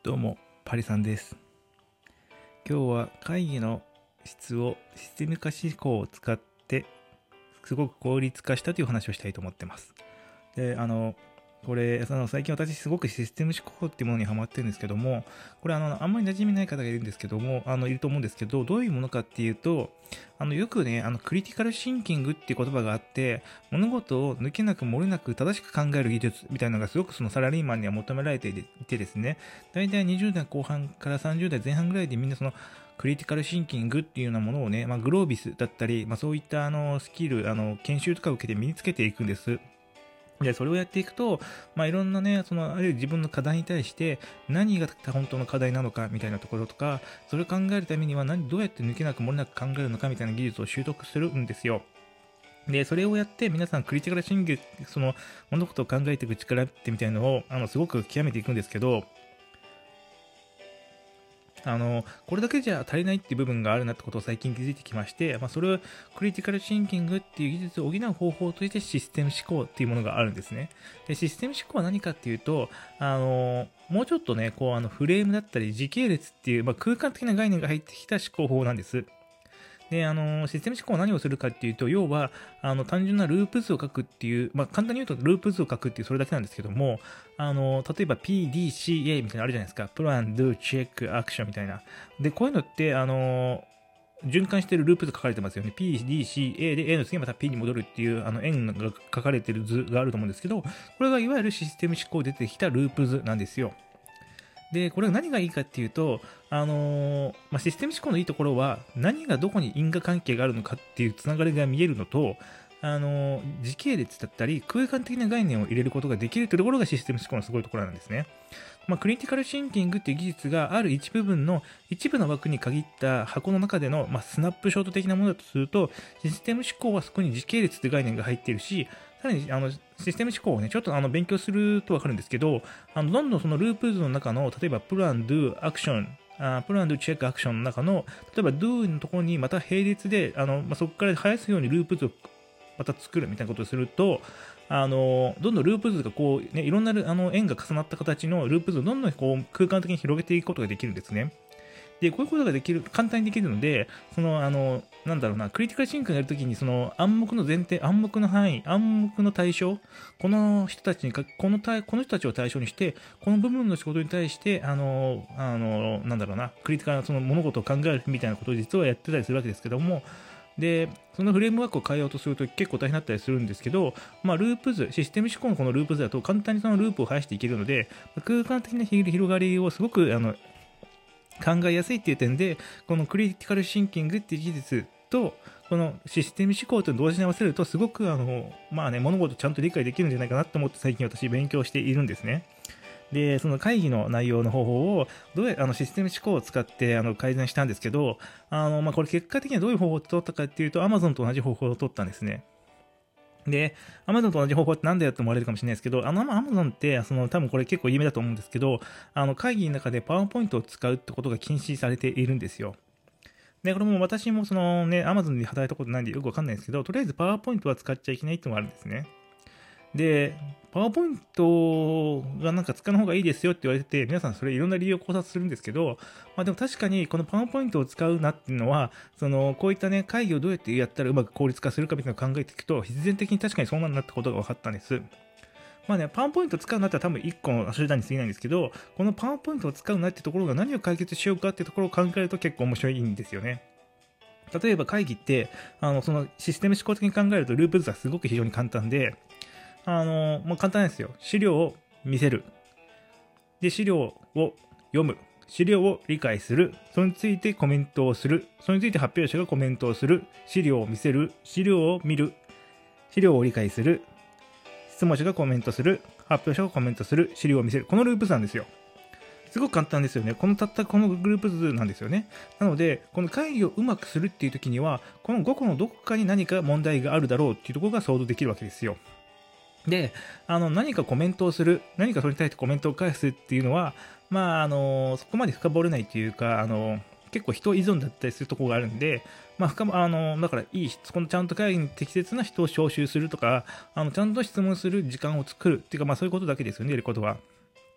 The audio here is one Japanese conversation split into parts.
どうも、パリさんです。今日は会議の質をシステム化思考を使ってすごく効率化したという話をしたいと思ってます。で、これ、最近私すごくシステム思考っていうものにハマってるんですけども、これあんまり馴染みない方がいるんですけども、いると思うんですけど、どういうものかっていうと、よくね、クリティカルシンキングっていう言葉があって、物事を抜けなく漏れなく正しく考える技術みたいなのがすごくそのサラリーマンには求められていてですね、だいたい20代後半から30代前半ぐらいでみんなそのクリティカルシンキングっていうようなものをね、グロービスだったり、そういったスキル、研修とかを受けて身につけていくんです。で、それをやっていくと、いろんなね、ある自分の課題に対して、何が本当の課題なのかみたいなところとか、それを考えるためにはどうやって抜けなく漏れなく考えるのかみたいな技術を習得するんですよ。で、それをやって皆さんクリティカルシンキング、物事を考えていく力ってみたいなのを、すごく極めていくんですけど、これだけじゃ足りないっていう部分があるなってことを最近気づいてきまして、それをクリティカルシンキングっていう技術を補う方法としてシステム思考っていうものがあるんですね。で、システム思考は何かっていうと、もうちょっとね、フレームだったり時系列っていう、空間的な概念が入ってきた思考法なんです。で、システム思考は何をするかっていうと、要は、単純なループ図を書くっていう、簡単に言うと、ループ図を書くっていうそれだけなんですけども、例えば PDCA みたいなのあるじゃないですか。プラン、ドゥ、チェック、アクションみたいな。で、こういうのって、循環してるループ図書かれてますよね。PDCA で A の次にまた P に戻るっていう、円が書かれてる図があると思うんですけど、これがいわゆるシステム思考で出てきたループ図なんですよ。で、これが何がいいかっていうと、システム思考のいいところは、何がどこに因果関係があるのかっていうつながりが見えるのと、時系列だったり、空間的な概念を入れることができるというところがシステム思考のすごいところなんですね。クリティカルシンキングっていう技術がある一部の枠に限った箱の中での、スナップショット的なものだとすると、システム思考はそこに時系列って概念が入っているし、さらにシステム思考をね、ちょっと勉強するとわかるんですけど、どんどんそのループ図の中の、例えばプラン、ドゥ、アクション、プラン、ドゥ、チェック、アクションの中の、例えば do のところにまた並列で、そこから生やすようにループ図をまた作るみたいなことをすると、どんどんループ図がいろんな円が重なった形のループ図をどんどん空間的に広げていくことができるんですね。で、こういうことができる、簡単にできるので、クリティカルシンクをやるときに、暗黙の前提、暗黙の範囲、暗黙の対象、この人たちを対象にして、この部分の仕事に対して、クリティカルな物事を考えるみたいなことを実はやってたりするわけですけども、で、そのフレームワークを変えようとすると結構大変だったりするんですけど、ループ図、システム思考のこのループ図だと簡単にそのループを生やしていけるので、空間的な広がりをすごく考えやすいっていう点で、このクリティカルシンキングっていう技術と、このシステム思考と同時に合わせると、すごく物事をちゃんと理解できるんじゃないかなと思って最近私勉強しているんですね。で、その会議の内容の方法を、システム思考を使って改善したんですけど、これ結果的にはどういう方法を取ったかっていうと、Amazon と同じ方法を取ったんですね。で、Amazon と同じ方法ってなんだよって思われるかもしれないですけど、Amazon って、多分これ結構有名だと思うんですけど、会議の中でパワーポイントを使うってことが禁止されているんですよ。で、これも私もAmazon で働いたことないんでよくわかんないですけど、とりあえずパワーポイントは使っちゃいけないってのがあるんですね。で、パワーポイントが使う方がいいですよって言われてて、皆さんそれいろんな理由を考察するんですけど、でも確かにこのパワーポイントを使うなっていうのは、こういったね、会議をどうやってやったらうまく効率化するかみたいなのを考えていくと、必然的に確かにそうなんだってことが分かったんです。パワーポイントを使うなったら多分1個の手段に過ぎないんですけど、このパワーポイントを使うなってところが何を解決しようかってところを考えると結構面白いんですよね。例えば会議って、そのシステム思考的に考えるとループ図はすごく非常に簡単で、もう簡単ですよ。資料を見せる。で、資料を読む。資料を理解する。それについてコメントをする。それについて発表者がコメントをする。資料を見せる。資料を見る。資料を理解する。質問者がコメントする。発表者がコメントする。資料を見せる。このループ図なんですよ。すごく簡単ですよね。このグループ図なんですよね。なので、この会議をうまくするっていう時には、この5個のどこかに何か問題があるだろうっていうところが想像できるわけですよ。で、何かコメントをする、何かそれに対してコメントを返すっていうのは、そこまで深掘れないというか、結構人依存だったりするところがあるんで、だからこのちゃんと会議に適切な人を招集するとか、ちゃんと質問する時間を作るっていうか、そういうことだけですよね、やることは。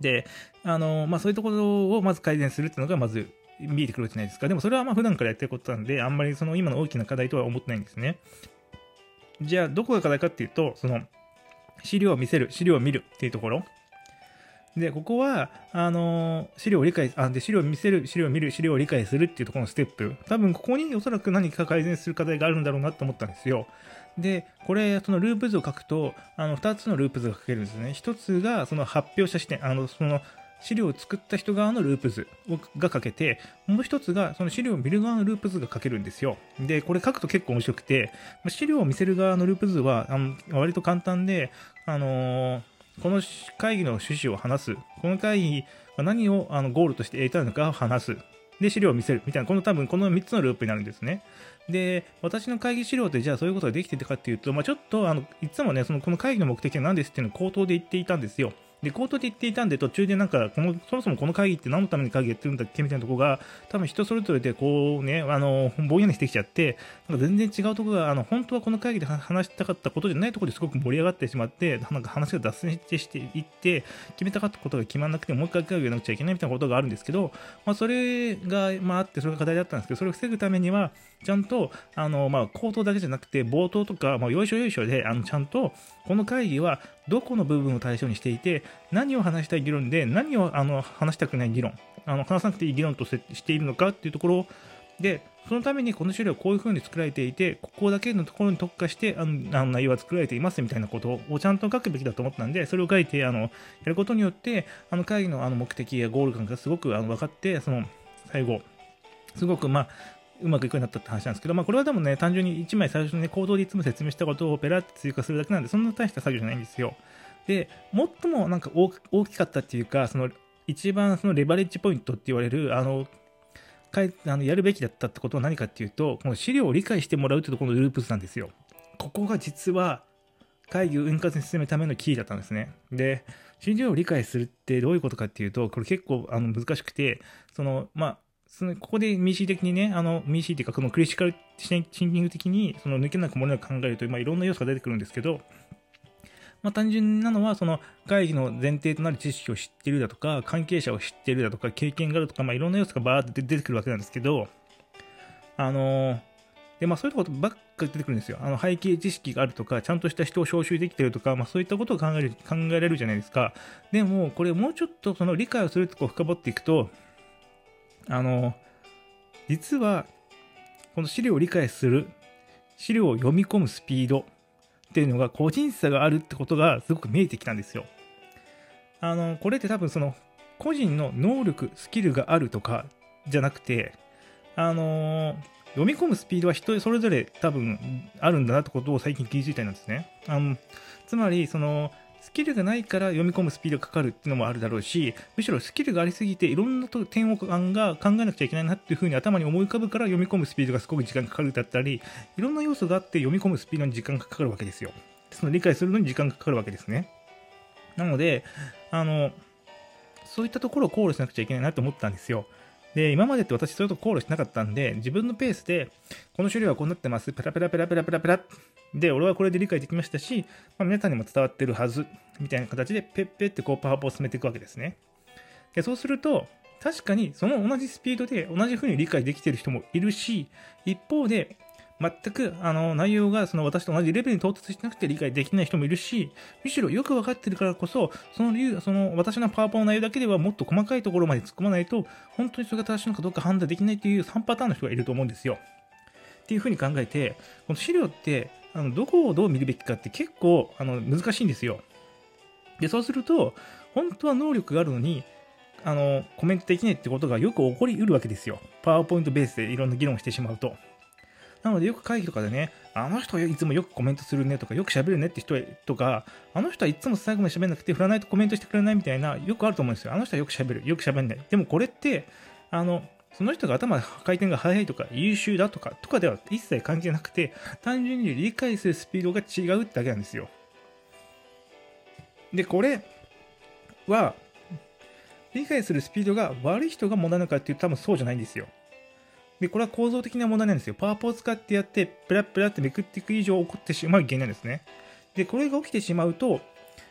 で、そういうところをまず改善するっていうのがまず見えてくるじゃないですか。でもそれは普段からやってることなんで、あんまりその今の大きな課題とは思ってないんですね。じゃあ、どこが課題かっていうと、その、資料を見せる、資料を見るっていうところ。で、ここは、資料を理解、資料を見せる、資料を見る、資料を理解するっていうところのステップ。多分、ここにおそらく何か改善する課題があるんだろうなと思ったんですよ。で、これ、そのループ図を書くと、2つのループ図が書けるんですね。1つが、その発表者視点、その、資料を作った人側のループ図が書けて、もう一つがその資料を見る側のループ図が書けるんですよ。で、これ書くと結構面白くて、資料を見せる側のループ図は割と簡単で、この会議の趣旨を話す。この会議は何をゴールとして得たいのかを話す。で、資料を見せる。みたいな、多分この3つのループになるんですね。で、私の会議資料ってじゃあそういうことができてたかっていうと、ちょっといつもね、この会議の目的は何ですっていうのを口頭で言っていたんですよ。で、口頭で言っていたんで、途中でそもそもこの会議って何のために会議やってるんだっけみたいなところが、多分人それぞれでぼんやりしてきちゃって、全然違うところが、本当はこの会議で話したかったことじゃないところですごく盛り上がってしまって、話が脱線していって、決めたかったことが決まらなくて、もう一回会議をやらなくちゃいけないみたいなことがあるんですけど、それが、あって、それが課題だったんですけど、それを防ぐためには、ちゃんと、口頭だけじゃなくて、冒頭とか、よいしょよいしょで、ちゃんと、この会議はどこの部分を対象にしていて、何を話したい議論で、何を話したくない議論、話さなくていい議論としているのかっていうところで、そのためにこの資料はこういう風に作られていて、ここだけのところに特化して、内容は作られていますみたいなことをちゃんと書くべきだと思ったんで、それを書いて、やることによって、会議の目的やゴール感がすごく分かって、最後、すごくうまくいくようになったって話なんですけど、これはでもね、単純に1枚最初にコードでいつも説明したことをペラって追加するだけなんで、そんな大した作業じゃないんですよ。で、最も大きかったっていうか、一番レバレッジポイントって言われる、やるべきだったってことは何かっていうと、この資料を理解してもらうってところのループ図なんですよ。ここが実は会議を円滑に進めるためのキーだったんですね。で、資料を理解するってどういうことかっていうと、これ結構難しくて、ここでミーシー的にね、ミーシーっていうか、このクリティカルシンキング的に、抜けなく漏れなく考えると、いろんな要素が出てくるんですけど、単純なのは、会議の前提となる知識を知っているだとか、関係者を知っているだとか、経験があるとか、いろんな要素がバーって出てくるわけなんですけど、で、そういうことばっかり出てくるんですよ。背景知識があるとか、ちゃんとした人を招集できているとか、そういったことを考えられるじゃないですか。でも、これもうちょっと理解をすると深掘っていくと、実は、この資料を理解する、資料を読み込むスピードっていうのが個人差があるってことがすごく見えてきたんですよ。これって多分個人の能力、スキルがあるとかじゃなくて、読み込むスピードは人それぞれ多分あるんだなってことを最近気づいたんですね。つまり、スキルがないから読み込むスピードがかかるっていうのもあるだろうし、むしろスキルがありすぎていろんな点を考えなくちゃいけないなっていうふうに頭に思い浮かぶから読み込むスピードがすごく時間がかかるだったり、いろんな要素があって読み込むスピードに時間がかかるわけですよ。理解するのに時間がかかるわけですね。なので、そういったところを考慮しなくちゃいけないなと思ったんですよ。で、今までって私そういうとこ考慮しなかったんで、自分のペースで、この資料はこうなってます、ペラペラペラペラペラペラ。で、俺はこれで理解できましたし、皆さんにも伝わってるはず、みたいな形で、ペッペってパワポを進めていくわけですね。で、そうすると、確かにその同じスピードで同じ風に理解できている人もいるし、一方で、全く内容が私と同じレベルに到達してなくて理解できない人もいるし、むしろよく分かってるからこそ、私のパワポの内容だけではもっと細かいところまで突っ込まないと、本当にそれが正しいのかどうか判断できないという3パターンの人がいると思うんですよ。っていう風に考えて、この資料って、どこをどう見るべきかって結構難しいんですよ。で、そうすると、本当は能力があるのに、コメントできないってことがよく起こりうるわけですよ。パワーポイントベースでいろんな議論をしてしまうと。なのでよく会議とかでね、あの人はいつもよくコメントするねとか、よく喋るねって人とか、あの人はいつも最後まで喋んなくて振らないとコメントしてくれないみたいな、よくあると思うんですよ。あの人はよく喋る、よく喋んない。でもこれって、その人が頭回転が速いとか優秀だとかでは一切関係なくて、単純に理解するスピードが違うってだけなんですよ。で、これは、理解するスピードが悪い人が問題なのかっていうと多分そうじゃないんですよ。で、これは構造的な問題なんですよ。パワポを使ってやって、ペラペラってめくっていく以上起こってしまう原因なんですね。で、これが起きてしまうと、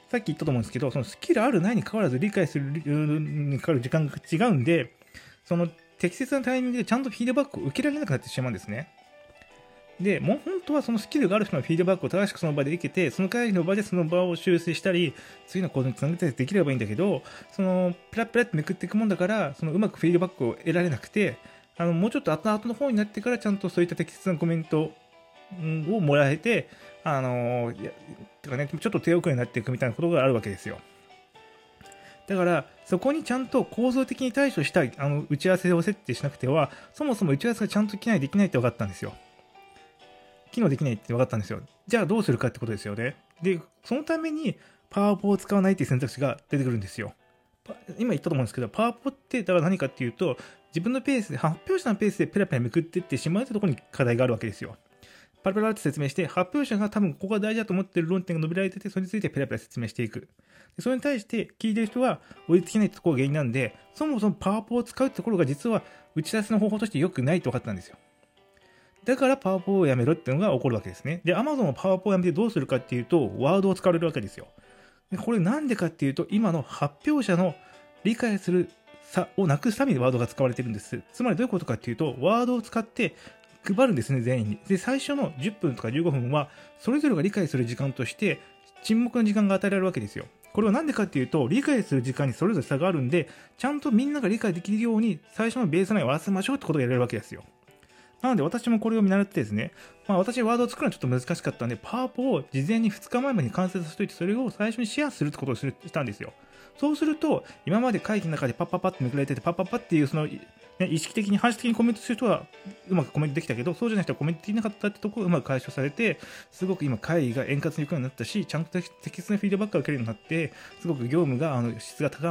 さっき言ったと思うんですけど、そのスキルあるないにかかわらず理解するにかかる時間が違うんで、その適切なタイミングでちゃんとフィードバックを受けられなくなってしまうんですね。で、もう本当はそのスキルがある人のフィードバックを正しくその場で受けて、その会議の場でその場を修正したり、次の行動につなげたりできればいいんだけど、そのペラペラってめくっていくもんだから、そのうまくフィードバックを得られなくて、もうちょっと後々の方になってからちゃんとそういった適切なコメントをもらえて、てかね、ちょっと手遅れになっていくみたいなことがあるわけですよ。だから、そこにちゃんと構造的に対処したい、打ち合わせを設定しなくては、そもそも打ち合わせがちゃんとできないって分かったんですよ。機能できないって分かったんですよ。じゃあどうするかってことですよね。で、そのためにパワポを使わないっていう選択肢が出てくるんですよ。今言ったと思うんですけど、パワポってだから何かっていうと、自分のペースで、発表者のペースでペラペラめくっていってしまうってところに課題があるわけですよ。パラパラって説明して、発表者が多分ここが大事だと思ってる論点が述べられてて、それについてペラペラ説明していく。でそれに対して聞いてる人は追いつけないところが原因なんで、そもそもパワポを使うってところが実は打ち出しの方法として良くないと分かったんですよ。だからパワポをやめろっていうのが起こるわけですね。で、Amazon もパワポをやめてどうするかっていうと、ワードを使われるわけですよ。でこれなんでかっていうと、今の発表者の理解する差をなくすためにワードが使われてるんです。つまりどういうことかっていうと、ワードを使って配るんですね、全員に。で、最初の10分とか15分は、それぞれが理解する時間として、沈黙の時間が与えられるわけですよ。これはなんでかっていうと、理解する時間にそれぞれ差があるんで、ちゃんとみんなが理解できるように、最初のベースラインを合わせましょうってことがやれるわけですよ。なので私もこれを見習ってですね、私ワードを作るのはちょっと難しかったんで、パワポを事前に2日前までに完成させておいて、それを最初にシェアするってことをしたんですよ。そうすると、今まで会議の中でパッパッパってめくられてて、パッパッパっていうその、意識的に反射的にコメントする人はうまくコメントできたけど、そうじゃない人はコメントできなかったってところをうまく解消されて、すごく今会議が円滑にいくようになったし、ちゃんと適切なフィードバックが受けるようになって、すごく業務が質が高